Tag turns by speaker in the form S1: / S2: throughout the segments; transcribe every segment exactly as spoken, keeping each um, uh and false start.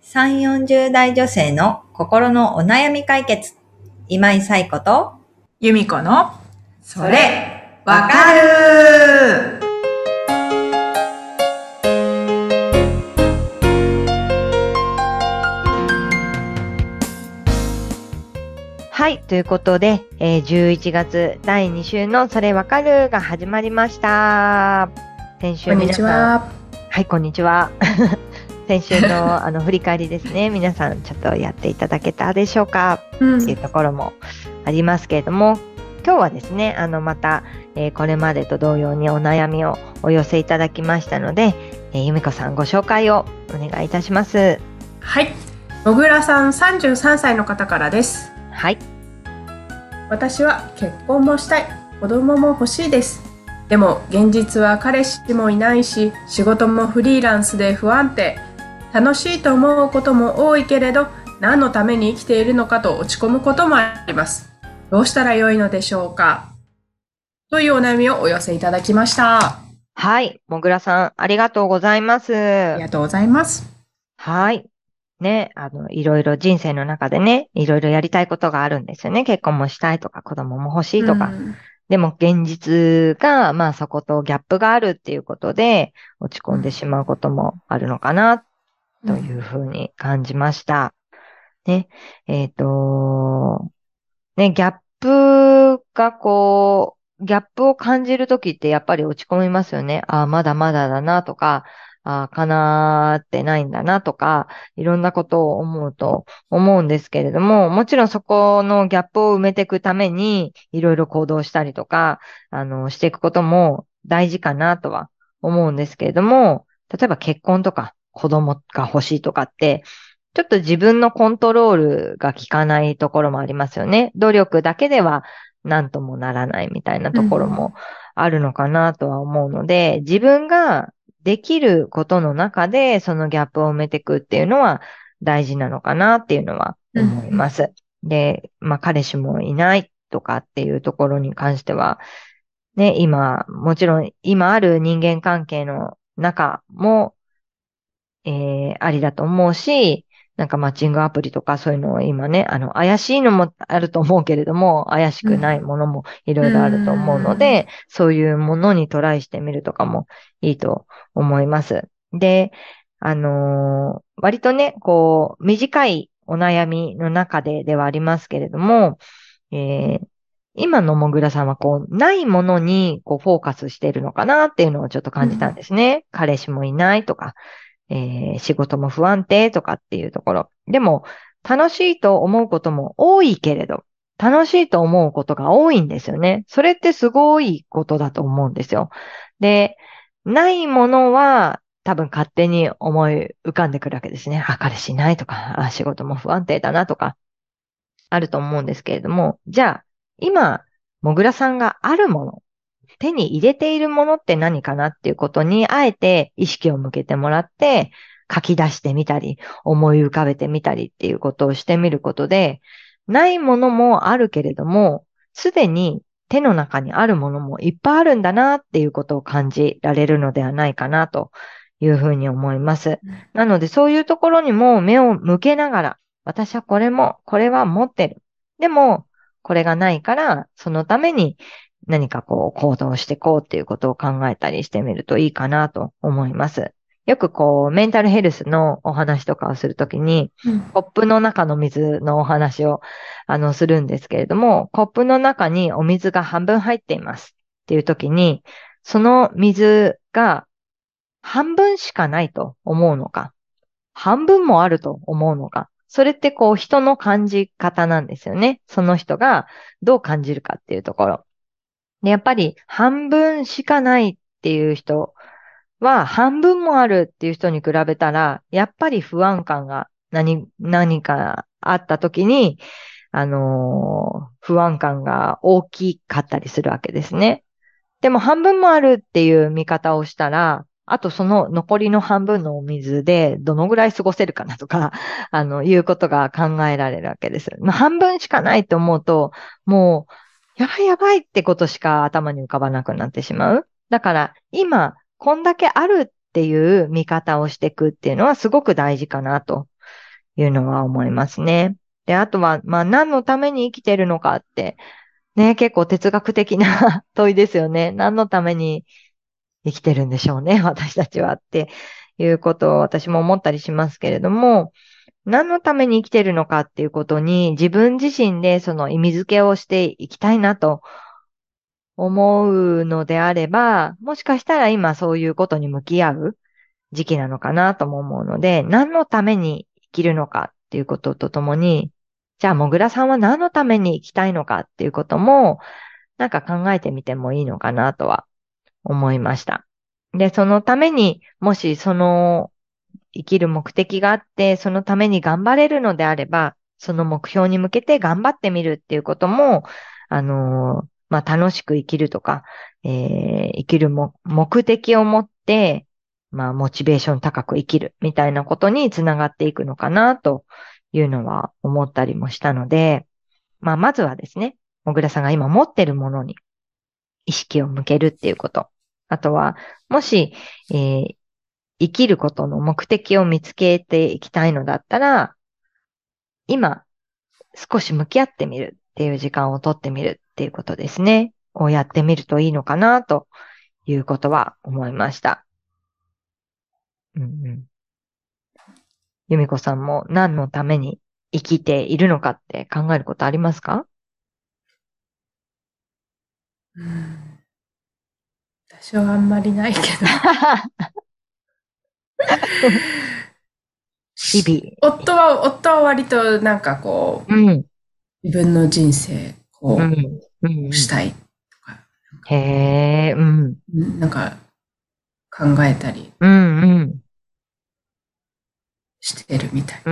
S1: さんじゅう、よんじゅう代女性の心のお悩み解決。今井彩子と
S2: 由美子の
S1: それわかる。
S3: はい。ということで、えー、じゅういちがつだいに週のそれわかるが始まりました。先週皆さん。
S2: こんにちは。
S3: はい、こんにちは。先週のあの振り返りですね。皆さんちょっとやっていただけたでしょうか、うん、っていうところもありますけれども、今日はですね、あのまた、えー、これまでと同様にお悩みをお寄せいただきましたので、えー、由美子さんご紹介をお願いいたします。
S2: はい。野倉さんさんじゅうさんさいの方からです。
S3: はい。
S2: 私は結婚もしたい、子供も欲しいです。でも現実は彼氏もいないし、仕事もフリーランスで不安定。楽しいと思うことも多いけれど、何のために生きているのかと落ち込むこともあります。どうしたらよいのでしょうか、というお悩みをお寄せいただきました。
S3: はい。もぐらさん、ありがとうございます。
S2: ありがとうございます。
S3: はい。ね、あの、いろいろ人生の中でね、いろいろやりたいことがあるんですよね。結婚もしたいとか、子供も欲しいとか。うん、でも現実が、まあそことギャップがあるっていうことで、落ち込んでしまうこともあるのかな、というふうに感じました。うん、ね、えっと、ね、ギャップがこう、ギャップを感じるときってやっぱり落ち込みますよね。ああ、まだまだだなとか、ああ、叶ってないんだなとか、いろんなことを思うと思うんですけれども、もちろんそこのギャップを埋めていくために、いろいろ行動したりとか、あの、していくことも大事かなとは思うんですけれども、例えば結婚とか子供が欲しいとかって、ちょっと自分のコントロールが効かないところもありますよね。努力だけでは何ともならないみたいなところもあるのかなとは思うので、うん、自分ができることの中でそのギャップを埋めていくっていうのは大事なのかなっていうのは思います。うん、で、まあ彼氏もいないとかっていうところに関しては、ね、今、もちろん今ある人間関係の中も、えー、ありだと思うし、なんかマッチングアプリとかそういうのを今ね、あの、怪しいのもあると思うけれども、怪しくないものもいろいろあると思うので、うん、そういうものにトライしてみるとかもいいと思います。で、あのー、割とね、こう、短いお悩みの中でではありますけれども、えー、今のもぐらさんはこう、ないものにこうフォーカスしているのかなっていうのをちょっと感じたんですね。うん、彼氏もいないとか、えー、仕事も不安定とかっていうところ。でも、楽しいと思うことも多いけれど、楽しいと思うことが多いんですよね。それってすごいことだと思うんですよ。で、ないものは多分勝手に思い浮かんでくるわけですね。あ、彼氏いないとか、あ、仕事も不安定だなとか、あると思うんですけれども、じゃあ、今、もぐらさんがあるもの、手に入れているものって何かなっていうことに、あえて意識を向けてもらって、書き出してみたり、思い浮かべてみたりっていうことをしてみることで、ないものもあるけれども、すでに手の中にあるものもいっぱいあるんだなっていうことを感じられるのではないかなというふうに思います。なのでそういうところにも目を向けながら、私はこれも、これは持ってる。でも、これがないから、そのために何かこう行動していこうっていうことを考えたりしてみるといいかなと思います。よくこうメンタルヘルスのお話とかをするときに、うん、コップの中の水のお話をあのするんですけれども、コップの中にお水が半分入っていますっていうときに、その水が半分しかないと思うのか、半分もあると思うのか、それってこう人の感じ方なんですよね。その人がどう感じるかっていうところ。で、やっぱり半分しかないっていう人は、半分もあるっていう人に比べたら、やっぱり不安感が何、何かあった時に、あのー、不安感が大きかったりするわけですね。でも半分もあるっていう見方をしたら、あとその残りの半分のお水でどのぐらい過ごせるかなとか、あの、いうことが考えられるわけです。まあ、半分しかないと思うと、もう、やばいやばいってことしか頭に浮かばなくなってしまう。だから、今、こんだけあるっていう見方をしていくっていうのはすごく大事かなというのは思いますね。で、あとは、まあ何のために生きてるのかって、ね、結構哲学的な問いですよね。何のために生きてるんでしょうね、私たちはっていうことを私も思ったりしますけれども、何のために生きてるのかっていうことに自分自身でその意味付けをしていきたいなと思うのであれば、もしかしたら今そういうことに向き合う時期なのかなとも思うので、何のために生きるのかっていうこととともに、じゃあ、もぐらさんは何のために生きたいのかっていうことも、なんか考えてみてもいいのかなとは思いました。で、そのために、もしその生きる目的があって、そのために頑張れるのであれば、その目標に向けて頑張ってみるっていうことも、あのーまあ、楽しく生きるとか、えー生きるも目的を持って、まあ、モチベーション高く生きるみたいなことにつながっていくのかなというのは思ったりもしたので、まあ、まずはですね、もぐらさんが今持ってるものに意識を向けるっていうこと。あとは、もし、えー生きることの目的を見つけていきたいのだったら、今、少し向き合ってみるっていう時間をとってみるっていうことですね。をやってみるといいのかなということは思いました。うんうん。由美子さんも何のために生きているのかって考えることありますか？
S2: うん、私はあんまりないけど。
S3: 日
S2: 夫は、夫は割となんかこう、
S3: 々。うん。
S2: 自分の人生を
S3: うん。うんうん。
S2: したいとか、
S3: へえ、うん。
S2: うんなんか考えたり
S3: うんうん。
S2: してるみたい。
S3: うん。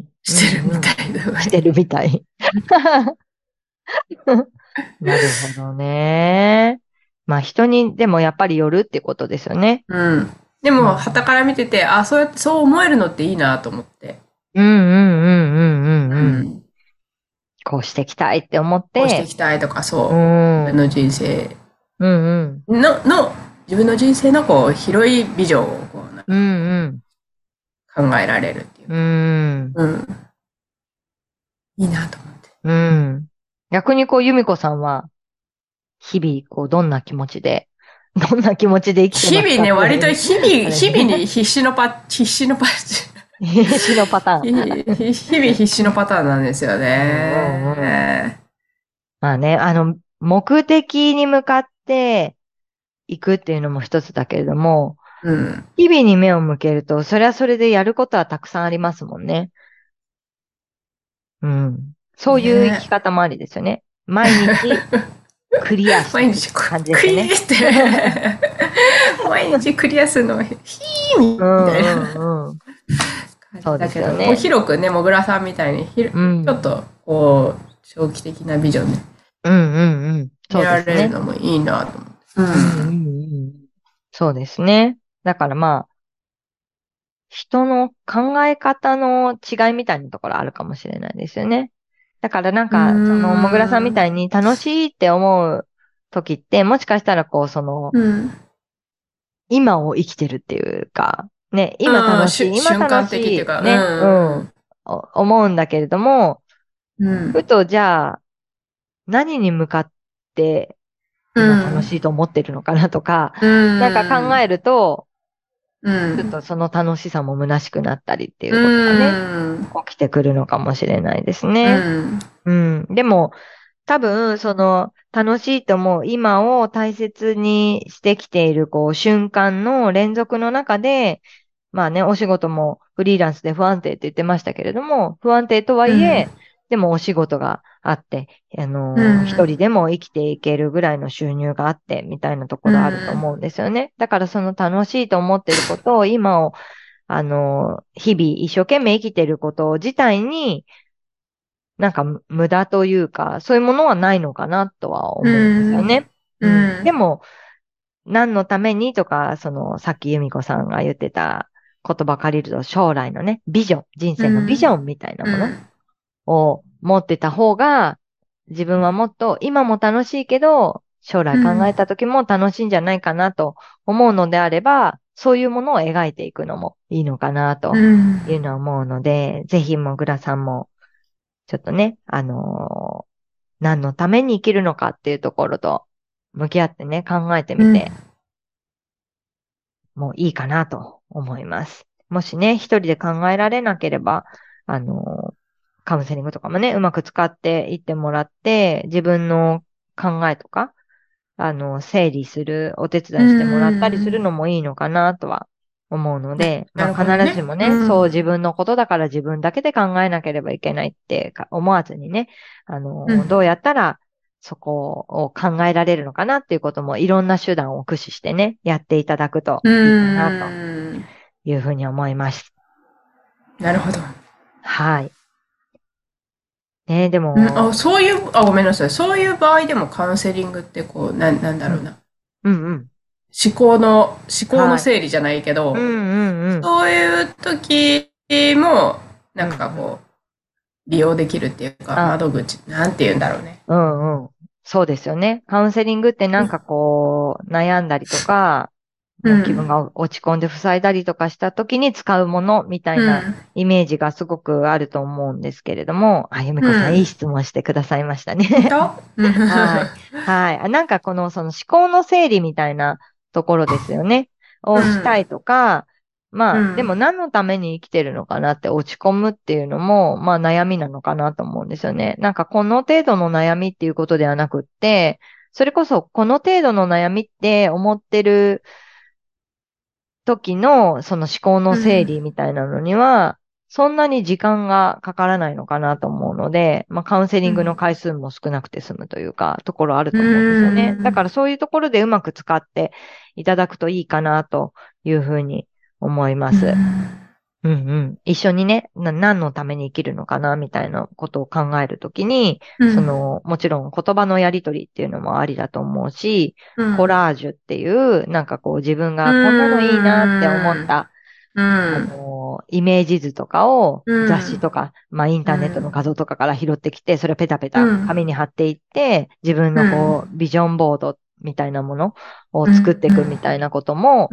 S2: してるみ
S3: うんうん。
S2: たいな。
S3: してるみたい。なるほどね。まあ人にでもやっぱりよるってことですよね。
S2: うん。で
S3: うん。
S2: も、傍から見てて、あ、そうやって、そう思えるのっていいなと思って。
S3: うんうんうんうんうんうん。
S2: うん。
S3: こうしていきたいって思っ
S2: こうしてい
S3: て、
S2: きたいとか、
S3: う
S2: そう。自分
S3: ん。
S2: の人生
S3: うんうん。
S2: の、の、自分の人生のこう、広いビジョンをこう、なん
S3: う
S2: か
S3: ん
S2: 考えられるっていう
S3: うん。
S2: か。
S3: うん。
S2: うん。いいなと思って。
S3: うん。逆にこう、由美子さんは、日々、こう、どんな気持ちで、どんな気持ちで生きてます
S2: 日々ね、割と
S3: かっていう。
S2: 日々、
S3: あれ
S2: 日々
S3: ね。
S2: に必死のパ、必死のパ、
S3: 死のパターン。
S2: 日日々必死のパターンなんですよ
S3: うんうんうん。
S2: ね。
S3: まあね、あの、目的に向かっていくっていうのも一つだけれども、
S2: うん。
S3: 日々に目を向けると、それはそれでやることはたくさんありますもんね。うん。そういう生き
S2: ね
S3: 方もありですよね。毎日クリアしていくって
S2: 毎日こ
S3: 感じです
S2: ク
S3: よね。
S2: イーって毎日クリアするのがヒー
S3: う
S2: みたいな
S3: んうんうん。
S2: 感
S3: そうで
S2: じだけど、こう
S3: すよね。
S2: 広くね、もぐらさんみたいにひろ
S3: うん。
S2: ちょっとこう長期的なビジョンで
S3: うんうんうん。
S2: 見
S3: そうですね。
S2: られるのもいいなと思って。
S3: うんうんうん。そうですね。だからまあ、人の考え方の違いみたいなところあるかもしれないですよね。だからなん
S2: うん。う
S3: か、その、もぐらさんみ
S2: ーん。
S3: たいに楽しいって思う時って、もしかしたらこう、その、
S2: うん。
S3: 今を生きてるっていうか、ね、今
S2: うん、
S3: 楽しい、今
S2: しゅ瞬
S3: 楽
S2: 間的っていうか、
S3: しい、ね、う
S2: うん、
S3: ん、お思うんだけれども、
S2: うん。
S3: ふとじゃあ、何に向かって
S2: う
S3: 今楽
S2: ん。
S3: しいと思ってるのかなとか、
S2: う
S3: なんか考
S2: ん。
S3: えると、
S2: うん。
S3: ちょっとその楽しさも虚しくなったりってい
S2: う
S3: うことがね、
S2: ん。
S3: 起きてくるのかもしれないです
S2: う
S3: ね。
S2: ん。
S3: うん。でも、多分、その、楽しいと思う今を大切にしてきている、こう、瞬間の連続の中で、まあね、お仕事もフリーランスで不安定って言ってましたけれども、不安定とは
S2: うん。
S3: いえ、でもお仕事があって、あ
S2: う
S3: のー一人
S2: ん。
S3: でも生きていけるぐらいの収入があって、みたいなと
S2: う
S3: ころあると
S2: ん。
S3: 思うんですよね。だからその楽しいと思ってることを、今を、あのー日々一生懸命生きてること自体に、なんか無駄というか、そういうものはないのかなとは
S2: う
S3: 思うんですよ
S2: ん。
S3: ね。
S2: う
S3: うん。で
S2: ん。
S3: も、何のためにとか、その、さっき由美子さんが言ってた言葉借りると将来のね、ビジョン、人
S2: う
S3: 生のビジ
S2: ん。
S3: ョンみたいなもの
S2: うん。
S3: を持ってた方が、自分はもっと今も楽しいけど、将来考えた時も楽しいんじゃないかなと思うのであれば、 そういうものを描いていくのもいいのかなと
S2: うん
S3: いうのは思うので、ぜひもぐらさんも、ちょっとね、あのー何のために生きるのかっていうところと向き合ってね、考えてみて、もういいかなと思います。もしね、一人で考えられなければ、あの、カウンセリングとかもね、うまく使っていってもらって、自分の考えとか、あの、整理する、お手伝いしてもらったりするのもいいのかなとは思うので、まあ
S2: なるほどね
S3: 必ずしもね、
S2: うん
S3: そう自分のことだから自分だけで考えなければいけないってか思わずにね、あの、
S2: うん
S3: どうやったらそこを考えられるのかなっていうこともいろんな手段を駆使してね、やっていただくといいかなと
S2: うん
S3: いうふうに思います。
S2: なるほど。
S3: はい。ね、でも、
S2: うん、あ、そういう、あ、ごめんなさい。そういう場合でもカウンセリングってこう、なん、なんだろうな。
S3: うんうん。
S2: 思考の、思考の
S3: はい。
S2: 整理じゃないけど、
S3: うんうんうん。
S2: そういう時も、なんか
S3: うんうん。
S2: こう、利用できるっていうか、
S3: あ、
S2: 窓口、なんて言うんだろうね。
S3: うんうん。そうですよね。カウンセリングってなんかこう、悩んだりとか、もう気分
S2: うん。
S3: が落ち込んで塞いだりとかした時に使うものみたいな
S2: うん。
S3: イメージがすごくあると思うんですけれども、あ、ゆみこさんいい
S2: うん。
S3: 質問してくださいましたね。
S2: 本当うん。
S3: はい。はい。あ、なんかこの、その思考の整理みたいなところですよね。をしたいとか、まあ、で
S2: うん。
S3: も何のために生きてるのかなって落ち込むっていうのも、まあ悩みなのかなと思うんですよね。なんかこの程度の悩みっていうことではなくって、それこそこの程度の悩みって思ってる時のその思考の整理みたいなのには、そんなに時間がかからないのかなと思うので、まあカウンセリングの回数も少なくて済むというか、ところある
S2: う
S3: と思うんですよね。だ
S2: ん。
S3: からそういうところでうまく使っていただくといいかなというふうに思いま
S2: う
S3: す。
S2: ん。
S3: うんうん。一緒にね、な、何のために生きるのかな、みたいなことを考えるときに、
S2: うん。
S3: その、もちろん言葉のやりとりっていうのもありだと思うし、
S2: うん。
S3: コラージュっていう、なんかこう自分
S2: う
S3: がこんなのいいなって思っ
S2: ん。
S3: た、
S2: う
S3: あ
S2: ん。
S3: の、イメージ図とかを
S2: うん。
S3: 雑誌とか、まあインターネットの画像とかから拾ってきて、それをペタペタ
S2: うん。
S3: 紙に貼っていって、自分
S2: う
S3: のこう、
S2: ん。
S3: ビジョンボードみたいなものを
S2: うん。
S3: 作っていくみたいなことも、
S2: うん。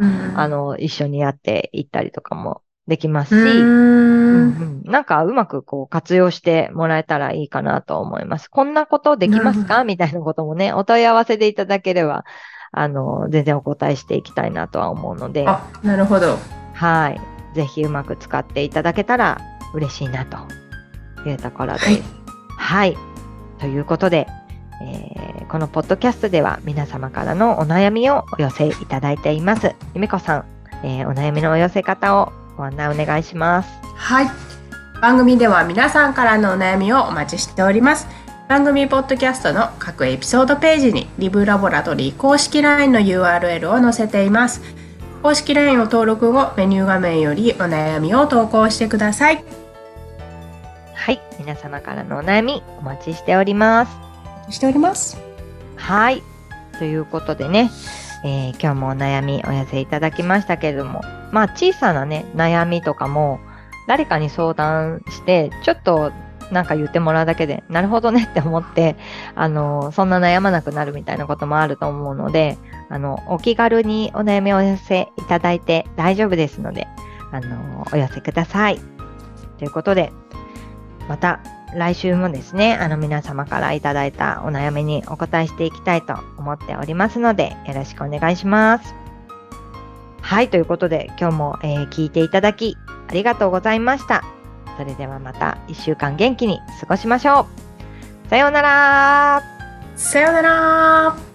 S3: あの、一緒にやっていったりとかもできま
S2: う
S3: すし、うん
S2: ん。
S3: うん。なんかうまくこう活用してもらえたらいいかなと思います。こんなことでき
S2: なるほど。
S3: ますかみたいなこともね、お問い合わせでいただければ、あの、全然お答えしていきたいなとは思うので、
S2: あ、なるほど。
S3: はい。ぜひうまく使っていただけたら嬉しいなというところです。
S2: はい。
S3: はい。ということで、えーこのポッドキャストでは皆様からのお悩みをお寄せいただいています。ゆめこさん、えーお悩みのお寄せ方をご案内お願いします。
S2: はい。番組では皆さんからのお悩みをお待ちしております。番組ポッドキャストの各エピソードページにリブラボラトリー公式 ライン の ユーアールエル を載せています。公式 ライン を登録後、メニュー画面よりお悩みを投稿してください。
S3: はい。皆様からのお悩みお待ちしております。
S2: お待ちしております。
S3: はい。ということでね、えー今日もお悩みお寄せいただきましたけれども、まあ小さなね、悩みとかも誰かに相談して、ちょっとなんか言ってもらうだけで、なるほどねって思って、あの、そんな悩まなくなるみたいなこともあると思うので、あの、お気軽にお悩みをお寄せいただいて大丈夫ですので、あの、お寄せください。ということで、また来週もですね、あの皆様からいただいたお悩みにお答えしていきたいと思っておりますので、よろしくお願いします。はい、ということで今日も、えー聞いていただきありがとうございました。それではまたいっしゅうかん元気に過ごしましょう。さようなら。
S2: さようなら。